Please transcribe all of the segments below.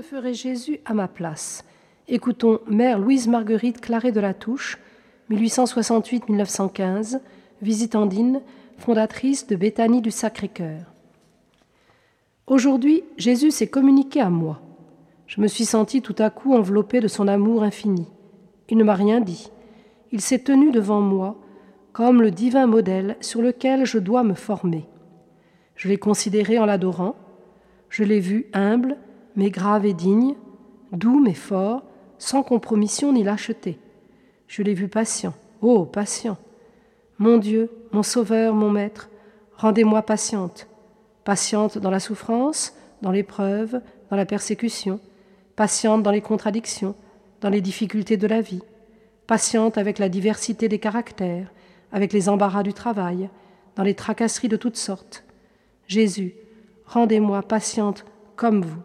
ferait Jésus à ma place? Écoutons Mère Louise Marguerite Claret de la Touche, 1868-1915, visitandine, fondatrice de Béthanie du Sacré-Cœur. Aujourd'hui, Jésus s'est communiqué à moi. Je me suis sentie tout à coup enveloppée de son amour infini. Il ne m'a rien dit. Il s'est tenu devant moi comme le divin modèle sur lequel je dois me former. Je l'ai considéré en l'adorant. Je l'ai vu humble, mais grave et digne, doux mais fort, sans compromission ni lâcheté. Je l'ai vu patient, oh patient. Mon Dieu, mon Sauveur, mon Maître, rendez-moi patiente. Patiente dans la souffrance, dans l'épreuve, dans la persécution, patiente dans les contradictions, dans les difficultés de la vie, patiente avec la diversité des caractères, avec les embarras du travail, dans les tracasseries de toutes sortes. Jésus, rendez-moi patiente comme vous.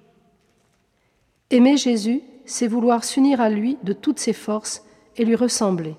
Aimer Jésus, c'est vouloir s'unir à lui de toutes ses forces et lui ressembler.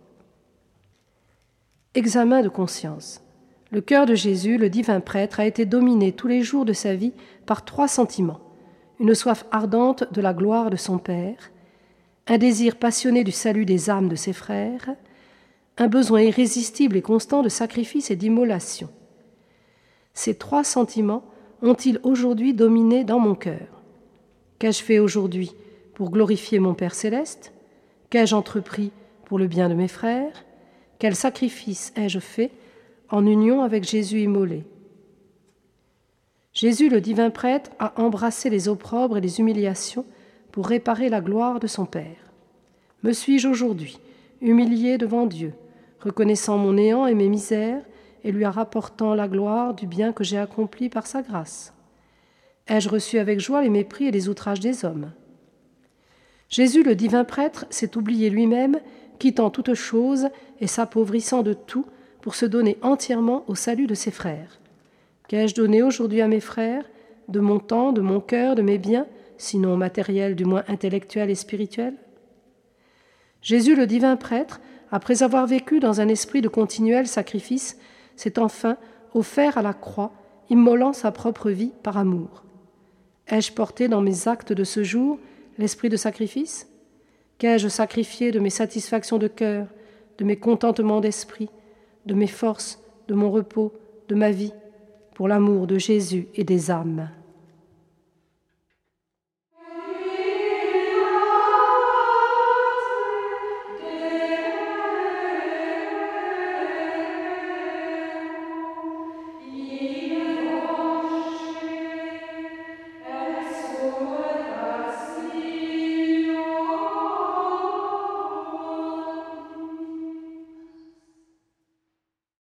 Examen de conscience. Le cœur de Jésus, le divin prêtre, a été dominé tous les jours de sa vie par 3 sentiments. Une soif ardente de la gloire de son Père, un désir passionné du salut des âmes de ses frères, un besoin irrésistible et constant de sacrifice et d'immolation. Ces 3 sentiments ont-ils aujourd'hui dominé dans mon cœur? Qu'ai-je fait aujourd'hui pour glorifier mon Père céleste? Qu'ai-je entrepris pour le bien de mes frères? Quel sacrifice ai-je fait en union avec Jésus immolé? Jésus, le divin prêtre, a embrassé les opprobres et les humiliations pour réparer la gloire de son Père. Me suis-je aujourd'hui humilié devant Dieu, reconnaissant mon néant et mes misères, et lui rapportant la gloire du bien que j'ai accompli par sa grâce? Ai-je reçu avec joie les mépris et les outrages des hommes? Jésus, le divin prêtre, s'est oublié lui-même, quittant toute chose et s'appauvrissant de tout pour se donner entièrement au salut de ses frères. Qu'ai-je donné aujourd'hui à mes frères, de mon temps, de mon cœur, de mes biens, sinon matériels, du moins intellectuels et spirituels? Jésus, le divin prêtre, après avoir vécu dans un esprit de continuel sacrifice, s'est enfin offert à la croix, immolant sa propre vie par amour. Ai-je porté dans mes actes de ce jour l'esprit de sacrifice? Qu'ai-je sacrifié de mes satisfactions de cœur, de mes contentements d'esprit, de mes forces, de mon repos, de ma vie, pour l'amour de Jésus et des âmes?